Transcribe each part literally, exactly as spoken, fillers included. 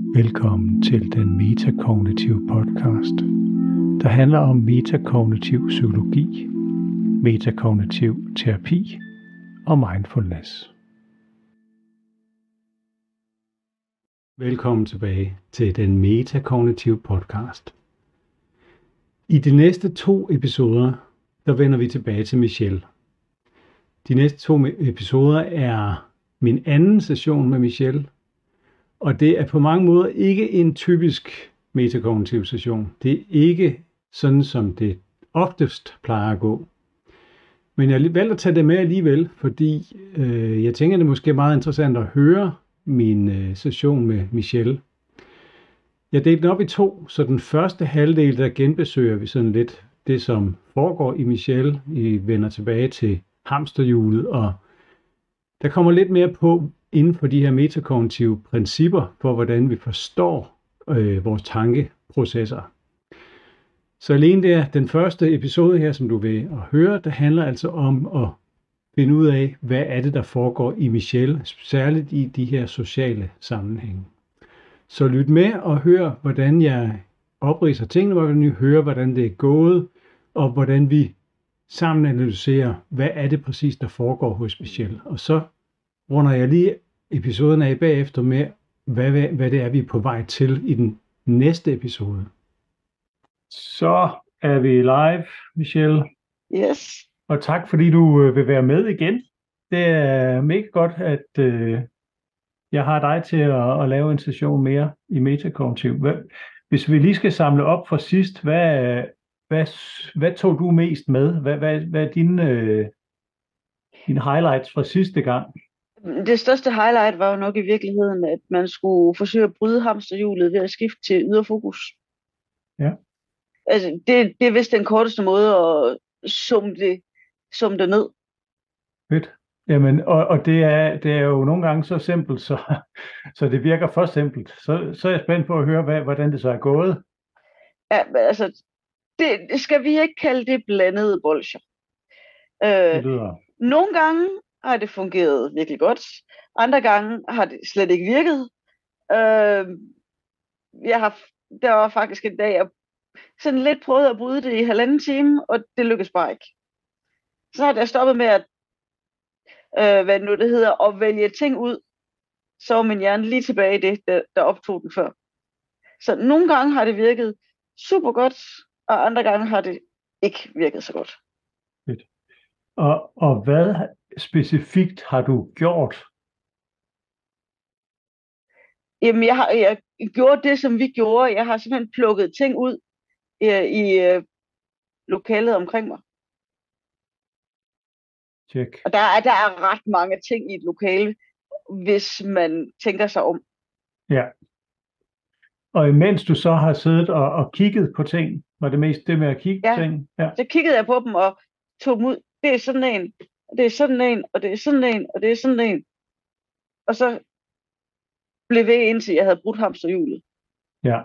Velkommen til den metakognitive podcast, der handler om metakognitiv psykologi, metakognitiv terapi og mindfulness. Velkommen tilbage til den metakognitive podcast. I de næste to episoder, der vender vi tilbage til Michelle. De næste to episoder er min anden session med Michelle, og det er på mange måder ikke en typisk metakognitiv session. Det er ikke sådan, som det oftest plejer at gå. Men jeg valgte at tage det med alligevel, fordi øh, jeg tænker, det er måske meget interessant at høre min øh, session med Michelle. Jeg delte den op i to, så den første halvdel, der genbesøger vi sådan lidt det, som foregår i Michelle. Vi vender tilbage til hamsterhjulet, og der kommer lidt mere på inden for de her metakognitive principper for, hvordan vi forstår øh, vores tankeprocesser. Så alene der, den første episode her, som du vil at høre, der handler altså om at finde ud af, hvad er det, der foregår i Michelle, særligt i de her sociale sammenhænge. Så lyt med og hør, hvordan jeg opridser tingene, hvordan vi hører, hvordan det er gået, og hvordan vi sammen analyserer, hvad er det præcis, der foregår hos Michelle. Og så runder jeg lige episoden af bagefter med, hvad, hvad, hvad det er, vi er på vej til i den næste episode. Så er vi live, Michelle. Yes. Og tak, fordi du øh, vil være med igen. Det er mega godt, at øh, jeg har dig til at, at lave en session mere i metakognitiv. Hvis vi lige skal samle op fra sidst, hvad, hvad, hvad tog du mest med? Hvad, hvad, hvad er dine, øh, dine highlights fra sidste gang? Det største highlight var jo nok i virkeligheden, at man skulle forsøge at bryde hamsterhjulet ved at skifte til ydre fokus. Ja. Altså, det, det er vist den korteste måde at summe det, summe det ned. Fedt. Jamen, og, og det, er, det er jo nogle gange så simpelt, så, så det virker for simpelt. Så, så er jeg spændt på at høre, hvad, hvordan det så er gået. Ja, altså, det skal vi ikke kalde det blandede bolsjer. Øh, det lyder... Nogle gange har det fungeret virkelig godt. Andre gange har det slet ikke virket. Øh, jeg har, der var faktisk en dag, jeg sådan lidt prøvede at bryde det i halvanden time, og det lykkedes bare ikke. Så har jeg stoppet med at, øh, hvad nu det hedder, at vælge ting ud, så var min hjerne lige tilbage i det, der, der optog den før. Så nogle gange har det virket super godt, og andre gange har det ikke virket så godt. Fedt. Og, og hvad specifikt har du gjort? Jamen, jeg har jeg gjort det, som vi gjorde. Jeg har simpelthen plukket ting ud i, i uh, lokalet omkring mig. Check. Og der er, der er ret mange ting i et lokale, hvis man tænker sig om. Ja. Og imens du så har siddet og, og kigget på ting, var det mest det med at kigge ja. på ting? Ja, så kiggede jeg på dem og tog dem ud. Det er sådan en, og det er sådan en, og det er sådan en, og det er sådan en. Og så blev ved, indtil jeg havde brudt hamsterhjulet. Ja.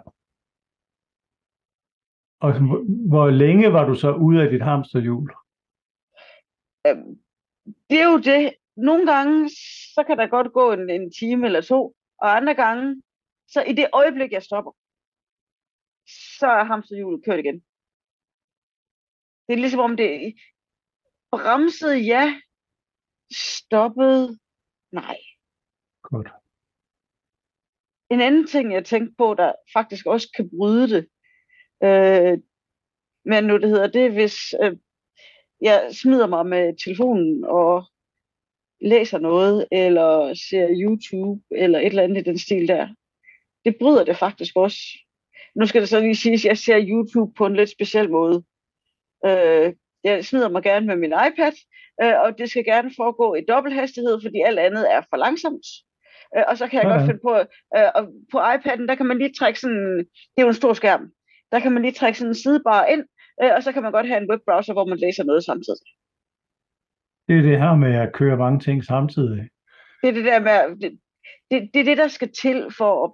Og hvor længe var du så ude af dit hamsterhjul? Øhm, det er jo det. Nogle gange, så kan der godt gå en, en time eller to, og andre gange, så i det øjeblik, jeg stopper, så er hamsterhjulet kørt igen. Det er ligesom om det bremsede, ja, stoppede, nej. Godt. En anden ting, jeg tænkte på, der faktisk også kan bryde det, øh, men nu det hedder, det er, hvis øh, jeg smider mig med telefonen og læser noget, eller ser YouTube, eller et eller andet i den stil der. Det bryder det faktisk også. Nu skal det så lige siges, at jeg ser YouTube på en lidt speciel måde. Øh, jeg smider mig gerne med min iPad, øh, og det skal gerne foregå i dobbelt hastighed, fordi alt andet er for langsomt. Øh, og så kan jeg okay. godt finde på, øh, og på iPad'en, der kan man lige trække sådan, det er jo en stor skærm, der kan man lige trække sådan en sidebar ind, øh, og så kan man godt have en webbrowser, hvor man læser noget samtidig. Det er det her med at køre mange ting samtidig. Det er det der med, det, det, det er det, der skal til for at,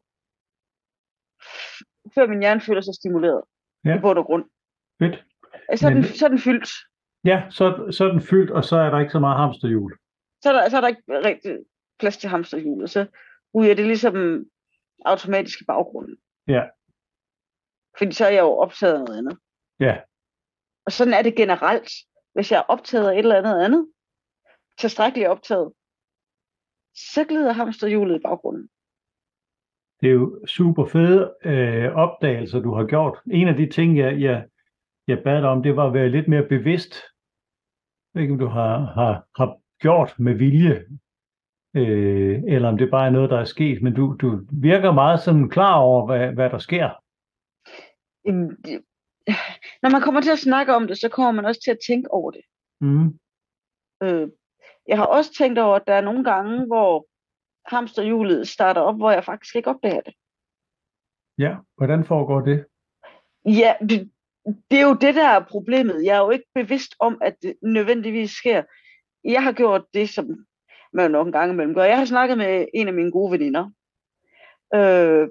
før min hjerne føler sig stimuleret. Ja. I bund og grund. Fedt. Så er, Men... den, så er den fyldt. Ja, så, så er den fyldt, og så er der ikke så meget hamsterhjul. Så er der, så er der ikke rigtig plads til hamsterhjulet. Så ryger det ligesom automatisk i baggrunden. Ja. Fordi så er jeg jo optaget af noget andet. Ja. Og sådan er det generelt. Hvis jeg er optaget af et eller andet andet, tilstrækkeligt optaget, så glider hamsterhjulet i baggrunden. Det er jo super fede øh, opdagelser, du har gjort. En af de ting, jeg, jeg, jeg bad dig om, det var at være lidt mere bevidst. Jeg ved ikke, om du har, har, har gjort med vilje, øh, eller om det bare er noget, der er sket, men du, du virker meget sådan klar over, hvad, hvad der sker. Jamen, det, når man kommer til at snakke om det, så kommer man også til at tænke over det. Mm. Øh, jeg har også tænkt over, at der er nogle gange, hvor hamsterhjulet starter op, hvor jeg faktisk ikke opdager det. Ja, hvordan foregår det? Ja, det, det er jo det, der er problemet. Jeg er jo ikke bevidst om, at det nødvendigvis sker. Jeg har gjort det, som man nogle gange imellem gør. Jeg har snakket med en af mine gode veninder. Øh,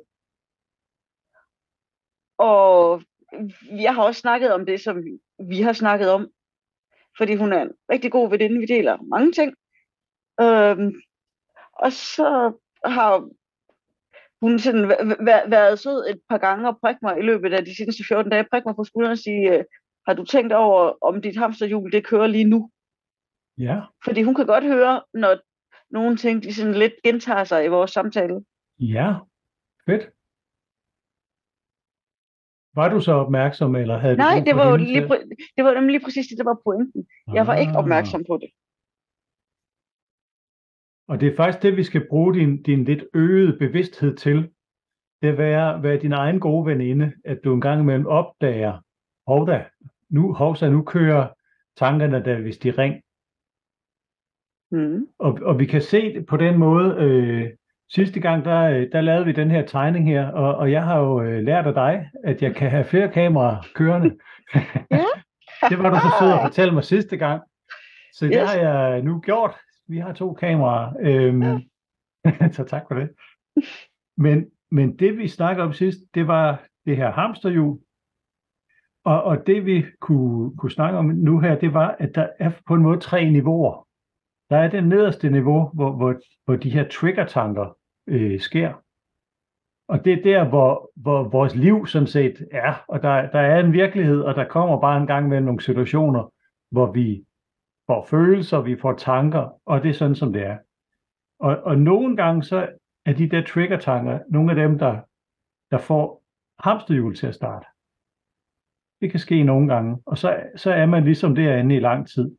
og jeg har også snakket om det, som vi har snakket om. Fordi hun er en rigtig god veninde. Vi deler mange ting. Øh, og så har hun sådan været sød et par gange og prikke mig i løbet af de seneste fjorten dage. Prikke mig på skulderen og sige, har du tænkt over, om dit hamsterhjul, det kører lige nu? Ja. Fordi hun kan godt høre, når nogle ting, de sådan lidt gentager sig i vores samtale. Ja, fedt. Var du så opmærksom, eller havde Nej, du det var, jo lige, til? det var nemlig lige præcis det, der var pointen. Jeg var ah. ikke opmærksom på det. Og det er faktisk det, vi skal bruge din, din lidt øgede bevidsthed til. Det er at være, være din egen gode veninde, at du en gang imellem opdager, hov da, nu, hov så, nu kører tankerne der, hvis de ring. Mm. Og, og vi kan se det på den måde, øh, sidste gang, der, der lavede vi den her tegning her, og, og jeg har jo øh, lært af dig, at jeg kan have flere kameraer kørende. Ja. Det var du så sød at fortælle mig sidste gang. Så det Yes. har jeg nu gjort. Vi har to kameraer. Øhm, ja. Så tak for det. Men, men det vi snakkede om sidst, det var det her hamsterhjul. Og, og det vi kunne, kunne snakke om nu her, det var, at der er på en måde tre niveauer. Der er det nederste niveau, hvor, hvor, hvor de her trigger-tanker øh, sker. Og det er der, hvor, hvor vores liv sådan set er. Og der, der er en virkelighed, og der kommer bare en gang med nogle situationer, hvor vi får følelser, vi får tanker, og det er sådan, som det er. Og, og nogle gange så er de der trigger-tanker nogle af dem, der, der får hamsterhjul til at starte. Det kan ske nogle gange, og så, så er man ligesom derinde i lang tid.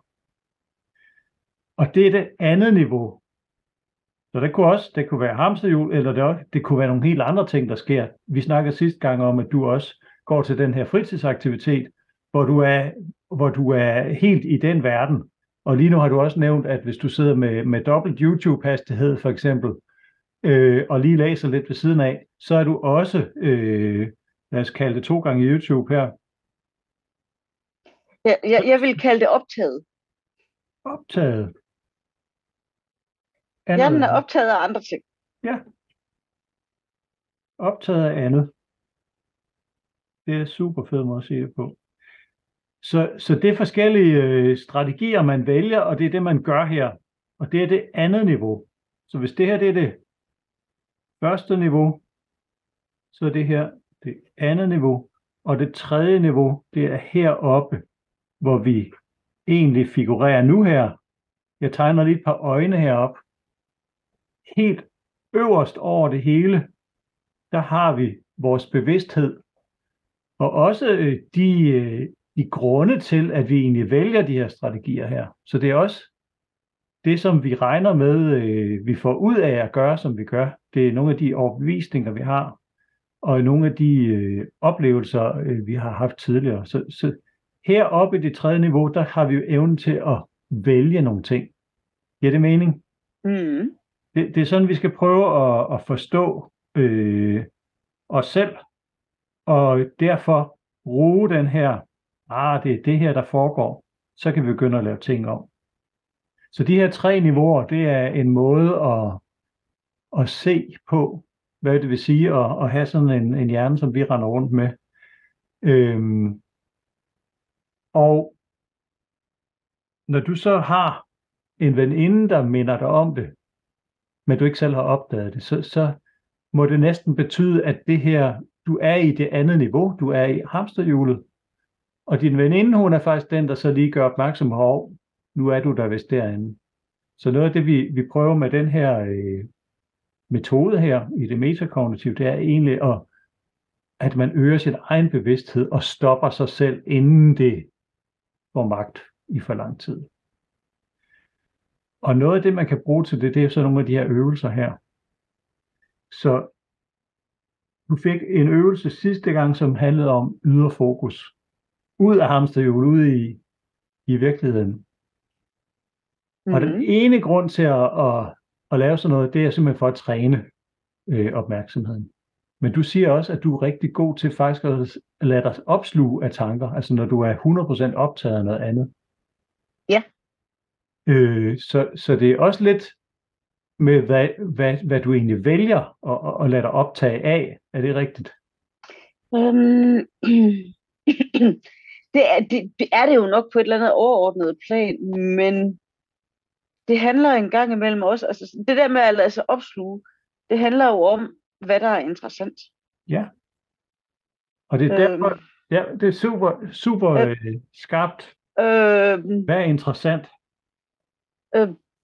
Og det er det andet niveau. Så det kunne også det kunne være hamsterhjul, eller det, også, det kunne være nogle helt andre ting, der sker. Vi snakkede sidste gang om, at du også går til den her fritidsaktivitet, hvor du er, hvor du er helt i den verden. Og lige nu har du også nævnt, at hvis du sidder med, med dobbelt YouTube-hastighed for eksempel, øh, og lige læser lidt ved siden af, så er du også, øh, lad os kalde det to gange YouTube her. Ja, jeg, jeg vil kalde det optaget. Optaget. Hjernen er optaget af andre ting. Ja. Optaget af andet. Det er super fedt måde at sige det på. Så, så det er forskellige øh, strategier, man vælger, og det er det, man gør her. Og det er det andet niveau. Så hvis det her det er det første niveau, så er det her det andet niveau. Og det tredje niveau, det er heroppe, hvor vi egentlig figurerer nu her. Jeg tegner lige et par øjne heroppe. Helt øverst over det hele, der har vi vores bevidsthed. Og også øh, de, øh, de grunde til, at vi egentlig vælger de her strategier her. Så det er også det, som vi regner med, øh, vi får ud af at gøre, som vi gør. Det er nogle af de overbevisninger, vi har, og nogle af de øh, oplevelser, øh, vi har haft tidligere. Så, så heroppe i det tredje niveau, der har vi jo evnen til at vælge nogle ting. Giver det mening? Mm. Det, det er sådan, vi skal prøve at, at forstå øh, os selv, og derfor bruge den her, ah, det er det her, der foregår, så kan vi begynde at lave ting om. Så de her tre niveauer, det er en måde at, at se på, hvad det vil sige at, at have sådan en, en hjerne, som vi render rundt med. Øhm, og når du så har en veninde, der minder dig om det, men du ikke selv har opdaget det, så, så, må det næsten betyde, at det her, du er i det andet niveau, du er i hamsterhjulet, og din veninde, hun er faktisk den, der så lige gør opmærksom på, nu er du der vist derinde. Så noget af det, vi, vi prøver med den her øh, metode her i det metakognitive, det er egentlig, at, at man øger sin egen bevidsthed og stopper sig selv, inden det får magt i for lang tid. Og noget af det, man kan bruge til det, det er så nogle af de her øvelser her. Så du fik en øvelse sidste gang, som handlede om ydre fokus. Ud af hamsterhjulet, ud i, i virkeligheden. Mm-hmm. Og den ene grund til at, at, at lave sådan noget, det er simpelthen for at træne øh, opmærksomheden. Men du siger også, at du er rigtig god til faktisk at lade dig opsluge af tanker, altså når du er hundrede procent optaget af noget andet. Ja. Øh, så, så det er også lidt med, hvad, hvad, hvad du egentlig vælger at, at lade dig optage af. Er det rigtigt? Um, det, er, det, det er det jo nok på et eller andet overordnet plan, men det handler en gang imellem også, altså det der med at lade sig opsluge, det handler jo om, hvad der er interessant. Ja. Og det er derfor, øhm, ja, det er super, super øh, skarpt. Øh, hvad er interessant? Øh,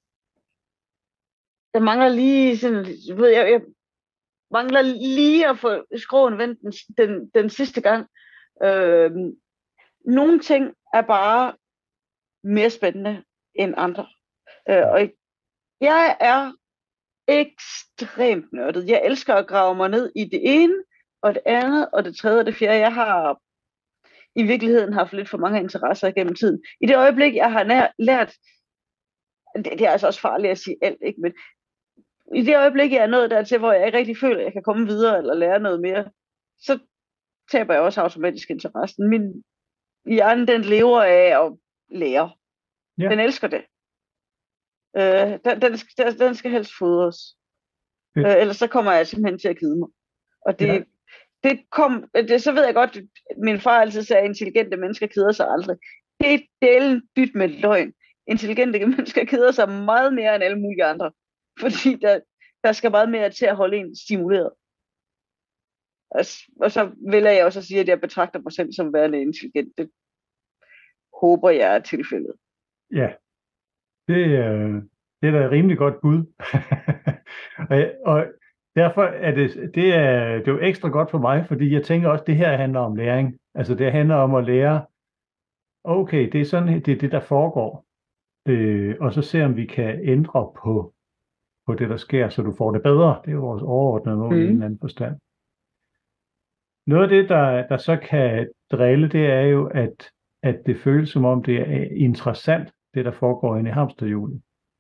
der mangler lige sådan, ved jeg, jeg mangler lige at få skroen vendt den, den, den sidste gang. Øh, nogle ting er bare mere spændende end andre. Øh, og jeg er ekstremt nørdet. Jeg elsker at grave mig ned i det ene, og det andet, og det tredje og det fjerde. Jeg har i virkeligheden haft lidt for mange interesser gennem tiden. I det øjeblik, jeg har nær, lært, det, det er altså også farligt at sige alt, ikke? Men i det øjeblik, jeg er nået dertil, hvor jeg ikke rigtig føler, at jeg kan komme videre eller lære noget mere, så taber jeg også automatisk interessen. Min hjerne, den lever af at lære. Ja. Den elsker det. Øh, den, den, skal, den skal helst fodres. Ja. Øh, ellers så kommer jeg simpelthen til at kede mig. Og det, ja. det kom, det, så ved jeg godt, min far altid sagde, at intelligente mennesker keder sig aldrig. Det er delen dyt med løgn. Intelligente mennesker keder sig meget mere end alle mulige andre. Fordi der, der skal meget mere til at holde en stimuleret. Og, og så vil jeg også sige, at jeg betragter mig selv som værende intelligent. Det håber jeg er tilfældet. Ja, det, øh, det er da et rimelig godt bud. og, og derfor er det, det, er, det er jo ekstra godt for mig, fordi jeg tænker også, at det her handler om læring. Altså det handler om at lære, okay, det er sådan, det er det, der foregår. Øh, og så se, om vi kan ændre på, på det, der sker, så du får det bedre. Det er jo vores overordnede mål mm. i en anden forstand. Noget af det, der, der så kan drille, det er jo, at, at det føles som om, det er interessant, det der foregår inde i hamsterhjulet.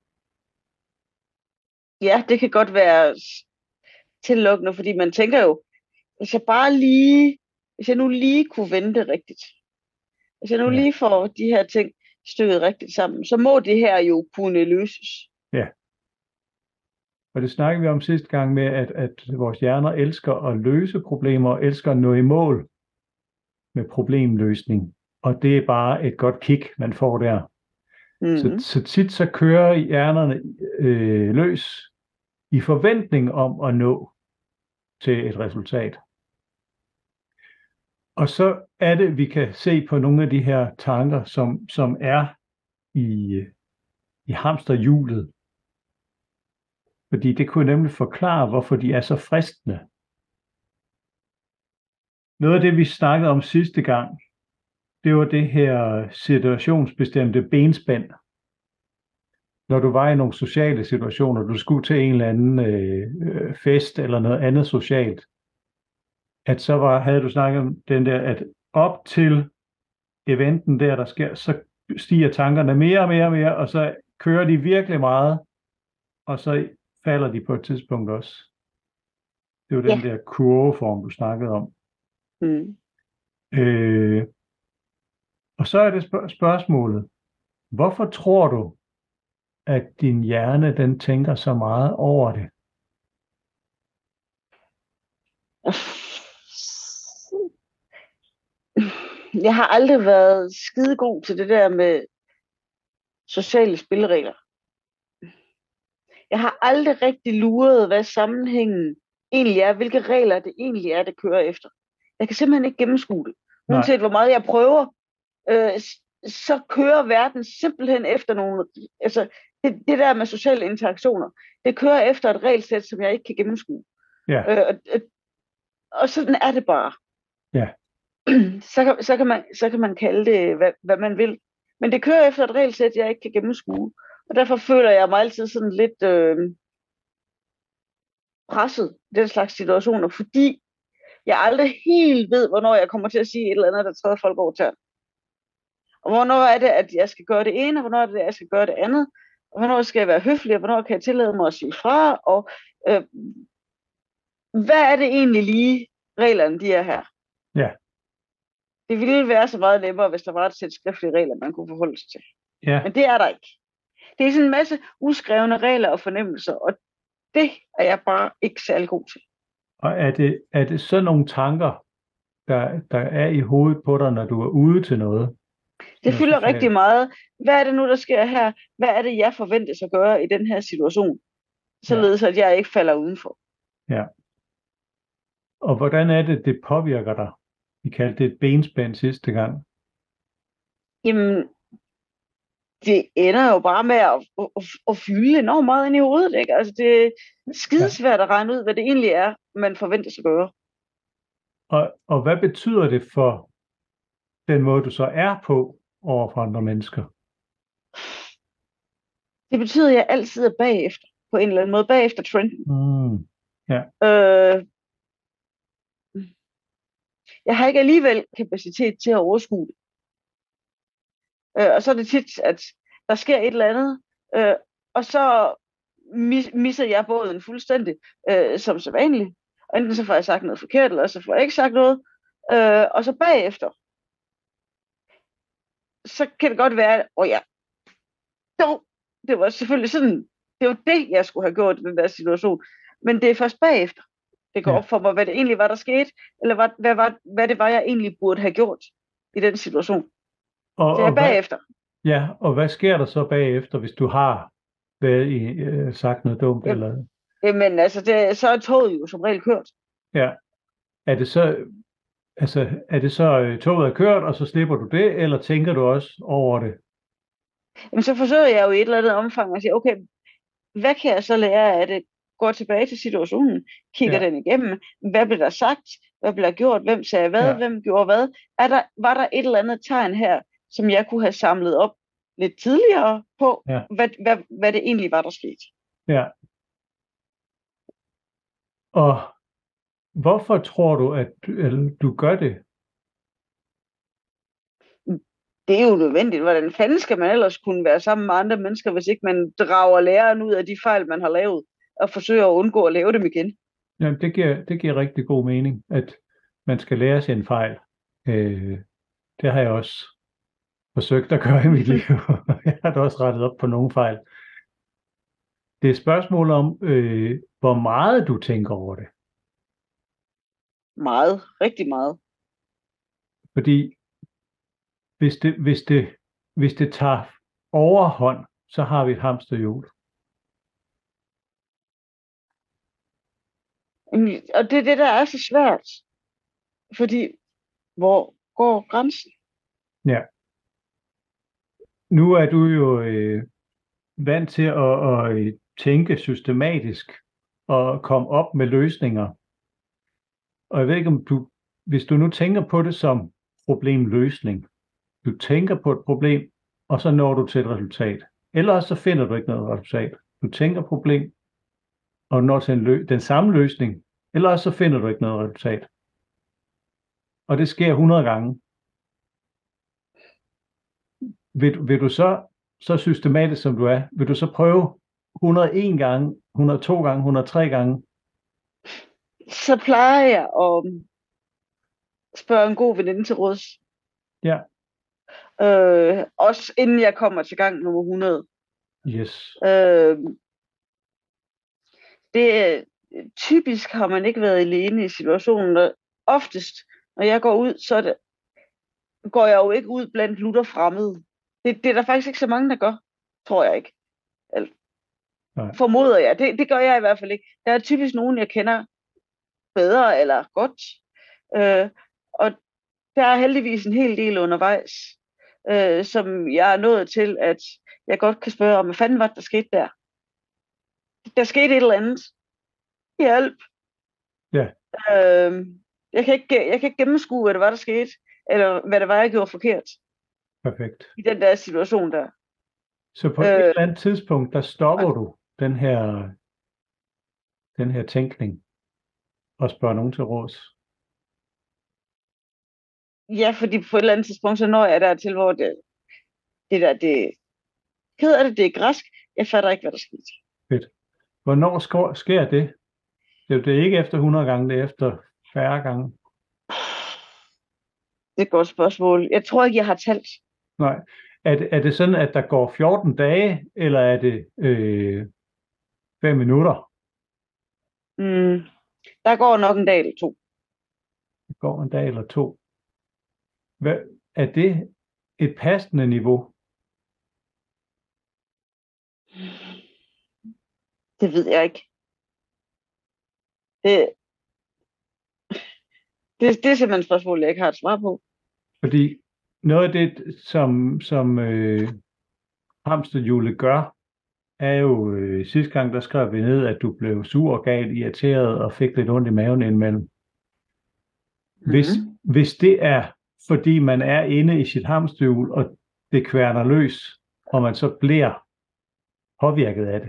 Ja, det kan godt være tillokkende, fordi man tænker jo, hvis jeg bare lige, hvis jeg nu lige kunne vende det rigtigt, hvis jeg nu ja. lige får de her ting stykket rigtigt sammen, så må det her jo kunne løses. Ja. Og det snakkede vi om sidste gang med, at, at vores hjerner elsker at løse problemer, og elsker at nå i mål med problemløsning. Og det er bare et godt kick, man får der. Mm-hmm. Så, så tit så kører hjernerne øh, løs i forventning om at nå til et resultat. Og så er det, vi kan se på nogle af de her tanker, som, som er i, i hamsterhjulet. Fordi det kunne nemlig forklare, hvorfor de er så fristende. Noget af det, vi snakkede om sidste gang, det var det her situationsbestemte benspænd. Når du var i nogle sociale situationer, du skulle til en eller anden øh, fest eller noget andet socialt, at så var, havde du snakket om den der, at op til eventen der, der sker, så stiger tankerne mere og mere og mere, og så kører de virkelig meget, og så falder de på et tidspunkt også. Det var den ja. der kurveform, du snakkede om. Mm. Øh, og så er det spørg- spørgsmålet, hvorfor tror du, at din hjerne, den tænker så meget over det? Jeg har aldrig været skidegod til det der med sociale spilleregler. Jeg har aldrig rigtig luret, hvad sammenhængen egentlig er, hvilke regler det egentlig er, det kører efter. Jeg kan simpelthen ikke gennemskue det. Nej. Uanset hvor meget jeg prøver, øh, så kører verden simpelthen efter nogle, altså det, det der med sociale interaktioner, det kører efter et regelsæt, som jeg ikke kan gennemskue. Ja. Øh, og, og sådan er det bare. Ja. Så kan, så kan, man, så kan man kalde det, hvad, hvad man vil. Men det kører efter et regelsæt, jeg ikke kan gennemskue. Og derfor føler jeg mig altid sådan lidt øh, presset i den slags situationer, fordi jeg aldrig helt ved, hvornår jeg kommer til at sige et eller andet, der træder folk over tæerne. Og hvornår er det, at jeg skal gøre det ene, og hvornår er det, at jeg skal gøre det andet. Og hvornår skal jeg være høflig, og hvornår kan jeg tillade mig at sige fra. Og øh, hvad er det egentlig lige, reglerne de er her? Ja. Det ville være så meget nemmere, hvis der var et sæt skriftlige regler, man kunne forholde sig til. Ja. Men det er der ikke. Det er sådan en masse uskrevne regler og fornemmelser, og det er jeg bare ikke særlig god til. Og er det, er det sådan nogle tanker, der, der er i hovedet på dig, når du er ude til noget? Det fylder rigtig meget. Hvad er det nu, der sker her? Hvad er det, jeg forventes at gøre i den her situation? Således at jeg ikke falder udenfor. Ja. Og hvordan er det, det påvirker dig? Vi kaldte det et benspænd sidste gang. Jamen, det ender jo bare med at, at, at, at fylde enormt meget ind i hovedet, ikke? Altså, det er skidesvært at regne ud, hvad det egentlig er, man forventes at gøre. Og, og hvad betyder det for den måde, du så er på over for andre mennesker? Det betyder, at jeg altid er bagefter, på en eller anden måde, bagefter trenden. Mm. Ja. Øh, jeg har ikke alligevel kapacitet til at overskue det. Øh, og så er det tit, at der sker et eller andet, øh, og så mis- misser jeg båden fuldstændig, øh, som så vanligt. Og enten så får jeg sagt noget forkert, eller så får jeg ikke sagt noget. Øh, og så bagefter, så kan det godt være, åh ja, jo, det var selvfølgelig sådan, det var det, jeg skulle have gjort i den der situation. Men det er først bagefter, det går Ja. op for mig, hvad det egentlig var, der skete, eller hvad, hvad, var, hvad det var, jeg egentlig burde have gjort i den situation. Og, Det er og hvad, bagefter. ja, og hvad sker der så bagefter, hvis du har været i, øh, sagt noget dumt? Ja. Eller? Jamen altså, det, så er toget jo som regel kørt. Ja. Er det så, altså, er det så øh, toget er kørt, og så slipper du det, eller tænker du også over det? Jamen så forsøger jeg jo i et eller andet omfang at sige, okay, hvad kan jeg så lære af det? Går tilbage til situationen, kigger Ja. den igennem, hvad blev der sagt, hvad blev der gjort, hvem sagde hvad, Ja. hvem gjorde hvad? Er der, var der et eller andet tegn her, som jeg kunne have samlet op lidt tidligere på, Ja. hvad, hvad, hvad det egentlig var, der skete? Ja. Og hvorfor tror du, at du, eller du gør det? Det er jo nødvendigt. Hvordan fanden skal man ellers kunne være sammen med andre mennesker, hvis ikke man drager læren ud af de fejl, man har lavet, og forsøger at undgå at lave dem igen? Jamen, det giver, det giver rigtig god mening, at man skal lære sin fejl. Øh, det har jeg også forsøgt at gøre i mit liv. Jeg har da også rettet op på nogle fejl. Det er et spørgsmål om, øh, hvor meget du tænker over det. Meget. Rigtig meget. Fordi hvis det, hvis det, hvis det tager overhånd, så har vi et hamsterhjul. Jamen, og det er det, der er så svært. Fordi, hvor går grænsen? Ja. Nu er du jo øh, vant til at, at øh, tænke systematisk og komme op med løsninger. Og jeg ved ikke, om du, hvis du nu tænker på det som problemløsning, du tænker på et problem, og så når du til et resultat. Ellers så finder du ikke noget resultat. Du tænker problem, og når til en lø- den samme løsning, ellers så finder du ikke noget resultat. Og det sker hundrede gange. Vil, vil du så, så systematisk som du er, vil du så prøve hundrede og en gange, hundrede og to gange, hundrede og tre gange? Så plejer jeg at spørge en god veninde til råds. Ja. Øh, også inden jeg kommer til gang nummer hundrede. Yes. Øh, det er, typisk har man ikke været alene i situationen, og oftest, når jeg går ud, så det, går jeg jo ikke ud blandt lutter fremmede. Det, det er der faktisk ikke så mange, der gør, tror jeg ikke. Eller, formoder jeg. Det, det gør jeg i hvert fald ikke. Der er typisk nogen, jeg kender bedre eller godt. Øh, og der er heldigvis en hel del undervejs, øh, som jeg er nået til, at jeg godt kan spørge om, hvad fanden var det, der skete der? Der skete et eller andet. Hjælp. Ja. Øh, jeg, kan ikke, jeg kan ikke gennemskue, hvad det var, der skete, eller hvad det var, jeg gjorde forkert. Perfekt. I den der situation der. Så på øh, et eller andet tidspunkt, der stopper du den her, den her tænkning og spørger nogen til råds. Ja, fordi på et eller andet tidspunkt, så når jeg dertil, hvor det, det der, det hedder det, det er græsk. Jeg fatter ikke, hvad der skete. Fedt. Hvornår sker, sker det? Det er jo det ikke efter hundrede gange, det er efter fyrre gange. Det er et godt spørgsmål. Jeg tror ikke, jeg har talt. Nej. Er det, er det sådan, at der går fjorten dage, eller er det øh, fem minutter? Mm, der går nok en dag eller to. Der går en dag eller to. Hvad, er det et passende niveau? Det ved jeg ikke. Det, det, det er simpelthen et spørgsmål, jeg ikke har et svar på. Fordi noget af det, som, som øh, hamsterhjulet gør, er jo øh, sidste gang, der skrev vi ned, at du blev sur og gal, irriteret og fik lidt ondt i maven indimellem. Hvis, mm. hvis det er, fordi man er inde i sit hamsterhjul, og det kværner løs, og man så bliver påvirket af det,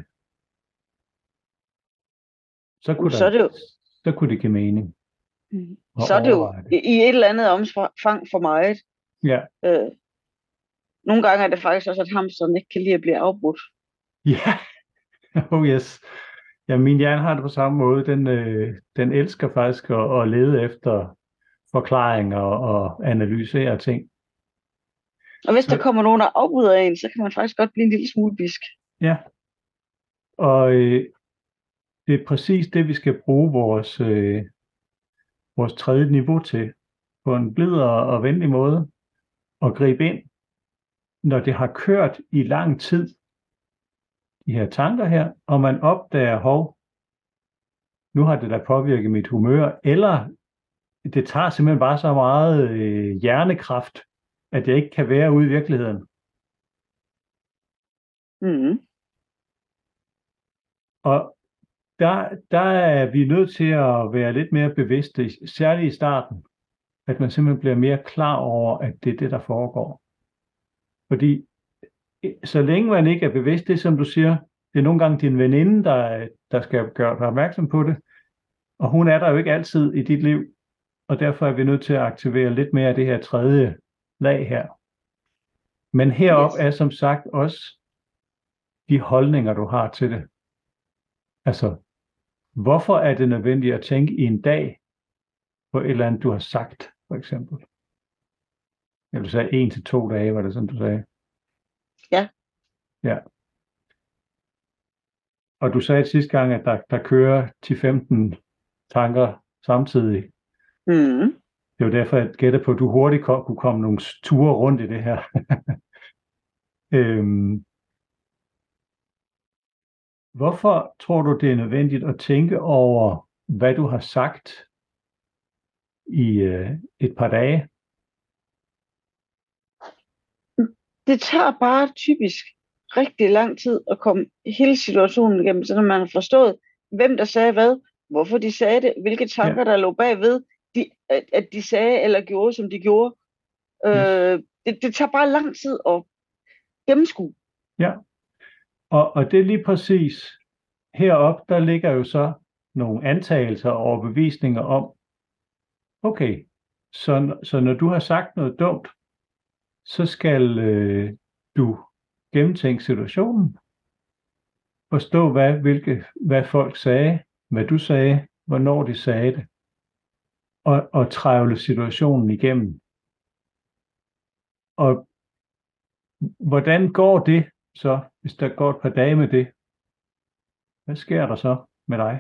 så kunne, så, der, det jo, så kunne det give mening. Mm. Så er det jo det. i et eller andet omfang for meget. Ja. Øh, nogle gange er det faktisk også, at hamsteren ikke kan lide at blive afbrudt. Ja, oh yes. Ja, min hjerne har det på samme måde. Den, øh, den elsker faktisk at, at lede efter forklaringer og analysere ting. Og hvis så, der kommer nogen, der afbryder en, så kan man faktisk godt blive en lille smule bisk. Ja, og øh, det er præcis det, vi skal bruge vores, øh, vores tredje niveau til. På en blid og venlig måde at gribe ind, når det har kørt i lang tid, de her tanker her, og man opdager, hov, nu har det da påvirket mit humør, eller det tager simpelthen bare så meget øh, hjernekraft, at jeg ikke kan være ude i virkeligheden. Mm. Og der, der er vi nødt til at være lidt mere bevidste, særligt i starten, at man simpelthen bliver mere klar over, at det er det, der foregår. Fordi så længe man ikke er bevidst, det som du siger, det er nogle gange din veninde, der, der skal gøre dig opmærksom på det, og hun er der jo ikke altid i dit liv, og derfor er vi nødt til at aktivere lidt mere af det her tredje lag her. Men herop yes. er som sagt også de holdninger, du har til det. Altså, hvorfor er det nødvendigt at tænke i en dag på et eller andet, du har sagt, for eksempel? Eller du sagde en til to dage, var det sådan, du sagde? Ja. Ja. Og du sagde sidste gang, at der, der kører ti til femten tanker samtidig. Mm. Det er jo derfor, jeg gætter på, at du hurtigt kunne komme nogle ture rundt i det her. øhm. Hvorfor tror du, det er nødvendigt at tænke over, hvad du har sagt i øh, et par dage? Det tager bare typisk rigtig lang tid at komme hele situationen igennem, så når man har forstået, hvem der sagde hvad, hvorfor de sagde det, hvilke tanker ja. der lå bagved, de, at, at de sagde eller gjorde, som de gjorde. Yes. Øh, det, det tager bare lang tid at gennemskue. Ja, og, og det er lige præcis heroppe, der ligger jo så nogle antagelser og overbevisninger om, okay, så, så når du har sagt noget dumt, så skal øh, du gennemtænke situationen, forstå, hvad, hvilke, hvad folk sagde, hvad du sagde, hvornår de sagde det, og, og trævle situationen igennem. Og hvordan går det så, hvis der går et par dage med det? Hvad sker der så med dig?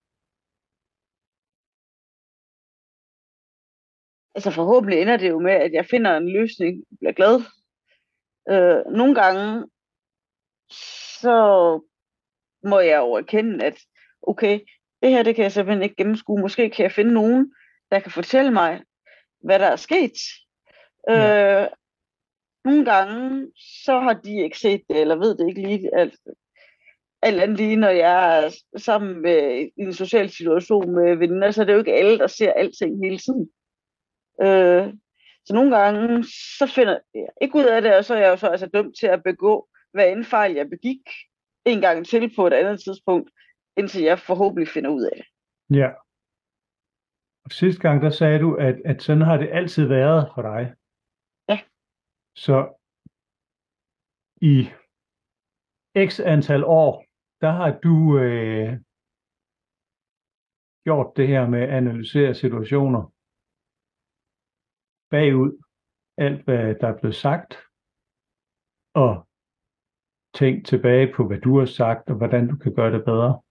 Altså forhåbentlig ender det jo med, at jeg finder en løsning, bliver glad. Øh, nogle gange, så må jeg jo erkende, at okay, det her, det kan jeg simpelthen ikke gennemskue. Måske kan jeg finde nogen, der kan fortælle mig, hvad der er sket. Ja. Øh, nogle gange, så har de ikke set det, eller ved det ikke lige. Alt, alt andet lige, når jeg er sammen med, i en social situation med veninder, så er det jo ikke alle, der ser alting hele tiden. Øh, så nogle gange, så finder jeg ikke ud af det, og så er jeg jo så altså dømt til at begå, hvad end fejl jeg begik, en gang til på et andet tidspunkt, indtil jeg forhåbentlig finder ud af det. Ja. Og sidste gang, der sagde du, at, at sådan har det altid været for dig. Ja. Så i x antal år, der har du øh, gjort det her med at analysere situationer bagud, alt hvad der er blevet sagt, og tænkt tilbage på, hvad du har sagt, og hvordan du kan gøre det bedre.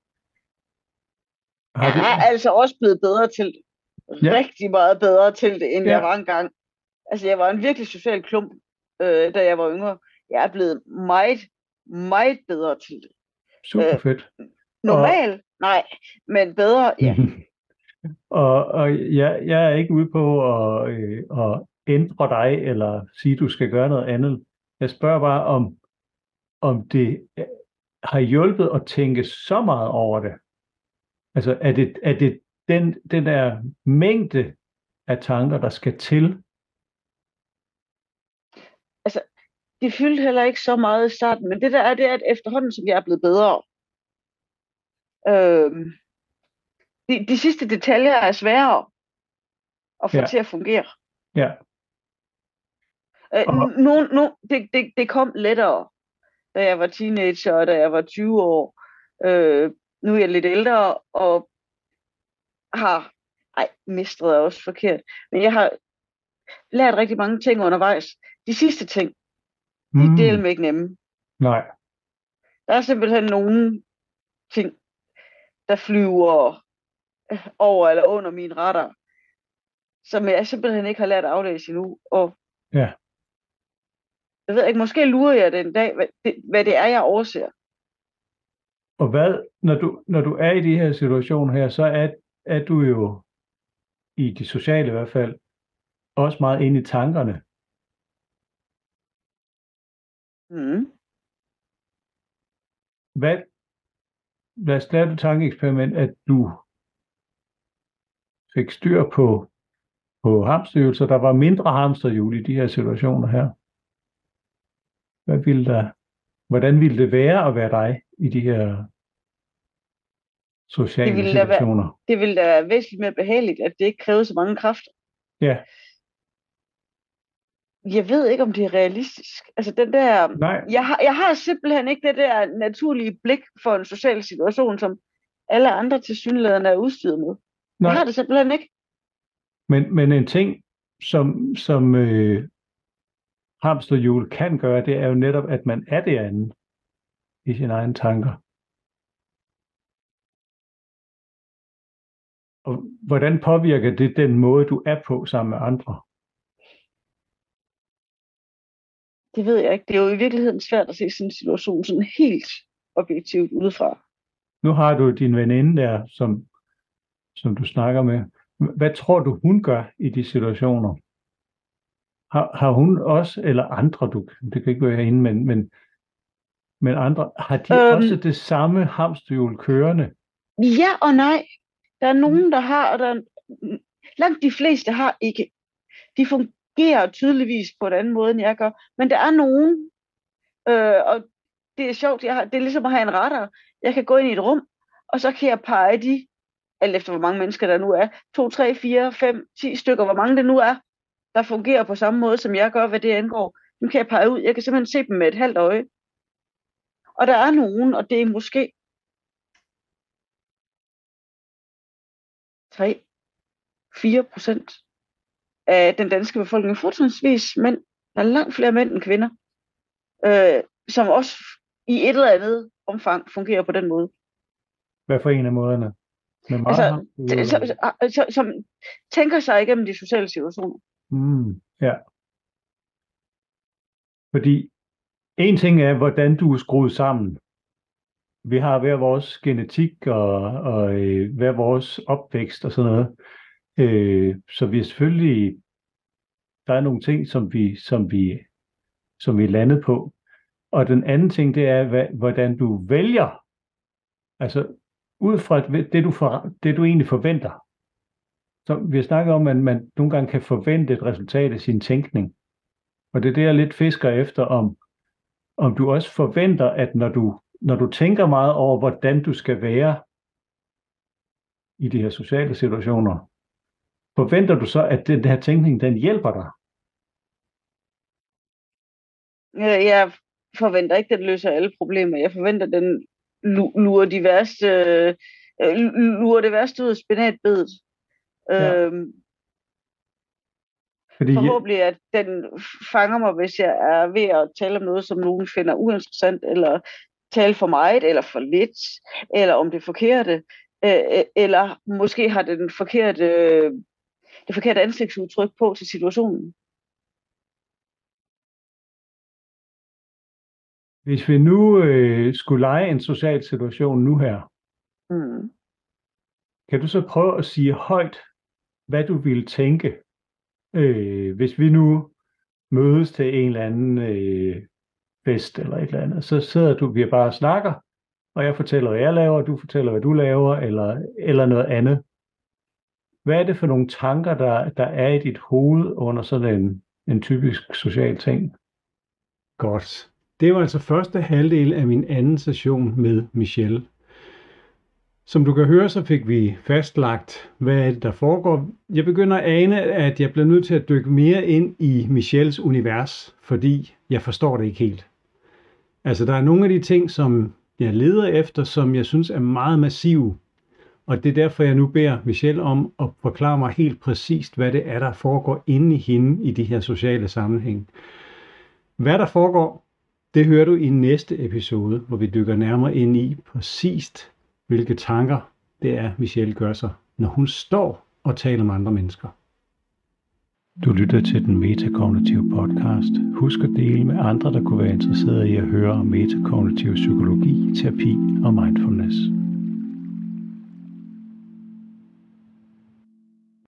Har Jeg du... er altså også blevet bedre til det. Ja. Rigtig meget bedre til det, end Ja. jeg var engang. Altså, jeg var en virkelig social klump, øh, da jeg var yngre. Jeg er blevet meget, meget bedre til det. Super fedt. Normal? Og... Nej, men bedre, ja. og og jeg, jeg er ikke ude på at, øh, at ændre dig, eller sige, at du skal gøre noget andet. Jeg spørger bare, om, om det har hjulpet at tænke så meget over det. Altså, er det, er det den, den der mængde af tanker, der skal til? Altså, det fyldte heller ikke så meget i starten, men det der er, det er, at efterhånden, som jeg er blevet bedre, øh, de, de sidste detaljer er sværere at få Ja. til at fungere. Ja. Øh, Og- no, no, det, det, det kom lettere, da jeg var teenager, og da jeg var tyve år. Øh, nu er jeg lidt ældre, og har, ej, mistret er også forkert, men jeg har lært rigtig mange ting undervejs. De sidste ting, de er Mm. delt med ikke nemme. Nej. Der er simpelthen nogle ting, der flyver over eller under min radar, som jeg simpelthen ikke har lært at aflæse endnu. Og Ja. jeg ved ikke, måske lurer jeg den dag, hvad det, hvad det er, jeg overser. Og hvad, når du, når du er i de her situationer her, så er, er du jo, i de sociale i hvert fald, også meget inde i tankerne. Mm. Hvad, lad os lave et tankeeksperiment, at du fik styr på, på hamsterhjul, så der var mindre hamsterhjul i de her situationer her. Hvad ville der, hvordan ville det være at være dig i de her sociale Det ville da være- situationer? Det ville da være væsentligt mere behageligt, at det ikke krævede så mange kræfter. Ja, Jeg ved ikke, om det er realistisk. Altså den der... nej, Jeg har, jeg har simpelthen ikke det der naturlige blik for en social situation, som alle andre tilsyneladende er udstyret med. nej. Jeg har det simpelthen ikke. Men, men en ting, som, som øh, hamsterhjul kan gøre, det er jo netop, at man er det andet i sine egne tanker. Og hvordan påvirker det den måde, du er på sammen med andre? Det ved jeg ikke. Det er jo i virkeligheden svært at se sådan en situation sådan helt objektivt udefra. Nu har du din veninde der, som, som du snakker med. Hvad tror du, hun gør i de situationer? Har, har hun også, eller andre, du, det kan ikke være herinde, men, men, men andre, har de Øhm. også det samme hamsterhjul kørende? Ja og nej. Der er nogen, der har, og der er... langt de fleste har ikke. De fungerer tydeligvis på en anden måde, end jeg gør. Men der er nogen, øh, og det er sjovt, jeg har, det er ligesom at have en radar. Jeg kan gå ind i et rum, og så kan jeg pege de, alt efter hvor mange mennesker der nu er, to, tre, fire, fem, ti stykker, hvor mange det nu er, der fungerer på samme måde, som jeg gør, hvad det angår. Nu kan jeg pege ud. Jeg kan simpelthen se dem med et halvt øje. Og der er nogen, og det er måske tre, fire procent af den danske befolkning, fortrinsvis mænd, der er langt flere mænd end kvinder, øh, som også i et eller andet omfang fungerer på den måde. Hvad for en af måderne? Med meget Altså, hamsterhjul, t- eller- som, som, som tænker sig igennem de sociale situationer. Mm, ja. Fordi en ting er, hvordan du er skruet sammen. vi har hver vores genetik og, og øh, hver vores opvækst og sådan noget. Øh, så vi er selvfølgelig, der er nogle ting, som vi, som vi, som vi er landet på. Og den anden ting, det er, hvad, hvordan du vælger. Altså, ud fra det du, for, det, du egentlig forventer. Så vi har snakket om, at man nogle gange kan forvente et resultat af sin tænkning. Og det er det, jeg lidt fisker efter, om, om du også forventer, at når du, når du tænker meget over, hvordan du skal være i de her sociale situationer, forventer du så, at den her tænkning, den hjælper dig? Jeg forventer ikke, at den løser alle problemer. Jeg forventer, at den lurer de værste, øh, lurer det værste ud af spinatbedet. Ja. Øhm, Fordi... Forhåbentlig, at den fanger mig, hvis jeg er ved at tale om noget, som nogen finder uinteressant, eller tale for meget, eller for lidt, eller om det forkerte, øh, eller måske har den forkerte, øh, det forkerte ansigtsudtryk på til situationen. Hvis vi nu øh, skulle lege en social situation nu her, mm. kan du så prøve at sige højt, hvad du ville tænke, øh, hvis vi nu mødes til en eller anden øh, fest eller et eller andet, så sidder du, vi bare og snakker, og jeg fortæller, hvad jeg laver, og du fortæller, hvad du laver, eller, eller noget andet. Hvad er det for nogle tanker, der, der er i dit hoved under sådan en, en typisk social ting? Godt. Det var altså første halvdel af min anden session med Michelle. Som du kan høre, så fik vi fastlagt, hvad er det, der foregår. Jeg begynder at ane, at jeg bliver nødt til at dykke mere ind i Michelles univers, fordi jeg forstår det ikke helt. Altså, der er nogle af de ting, som jeg leder efter, som jeg synes er meget massive. Og det er derfor, jeg nu beder Michelle om at forklare mig helt præcist, hvad det er, der foregår inde i hende i de her sociale sammenhæng. Hvad der foregår, det hører du i næste episode, hvor vi dykker nærmere ind i præcist, hvilke tanker det er, Michelle gør sig, når hun står og taler med andre mennesker. Du lytter til den metakognitive podcast. Husk at dele med andre, der kunne være interesserede i at høre om metakognitiv psykologi, terapi og mindfulness.